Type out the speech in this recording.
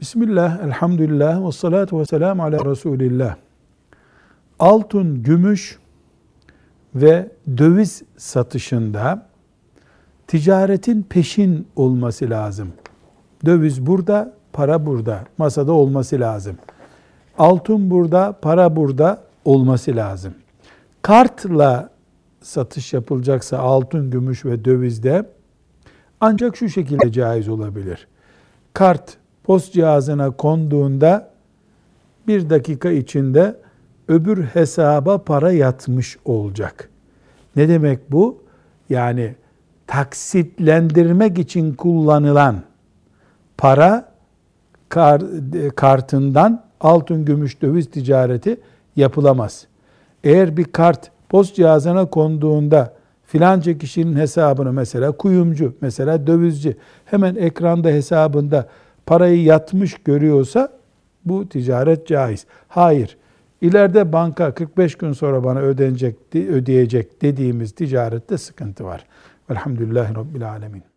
Bismillah, elhamdülillah, ve salatu ve selamu ala Resulillah. Altın, gümüş ve döviz satışında ticaretin peşin olması lazım. Döviz burada, para burada, masada olması lazım. Altın burada, para burada olması lazım. Kartla satış yapılacaksa altın, gümüş ve dövizde ancak şu şekilde caiz olabilir. Kart post cihazına konduğunda bir dakika içinde öbür hesaba para yatmış olacak. Ne demek bu? Yani taksitlendirmek için kullanılan para kartından altın, gümüş, döviz ticareti yapılamaz. Eğer bir kart post cihazına konduğunda filanca kişinin hesabını, mesela kuyumcu, mesela dövizci, hemen ekranda hesabında parayı yatmış görüyorsa bu ticaret caiz. Hayır, ileride banka 45 gün sonra bana ödeyecek dediğimiz ticarette sıkıntı var. Velhamdülillahi Rabbil Alemin.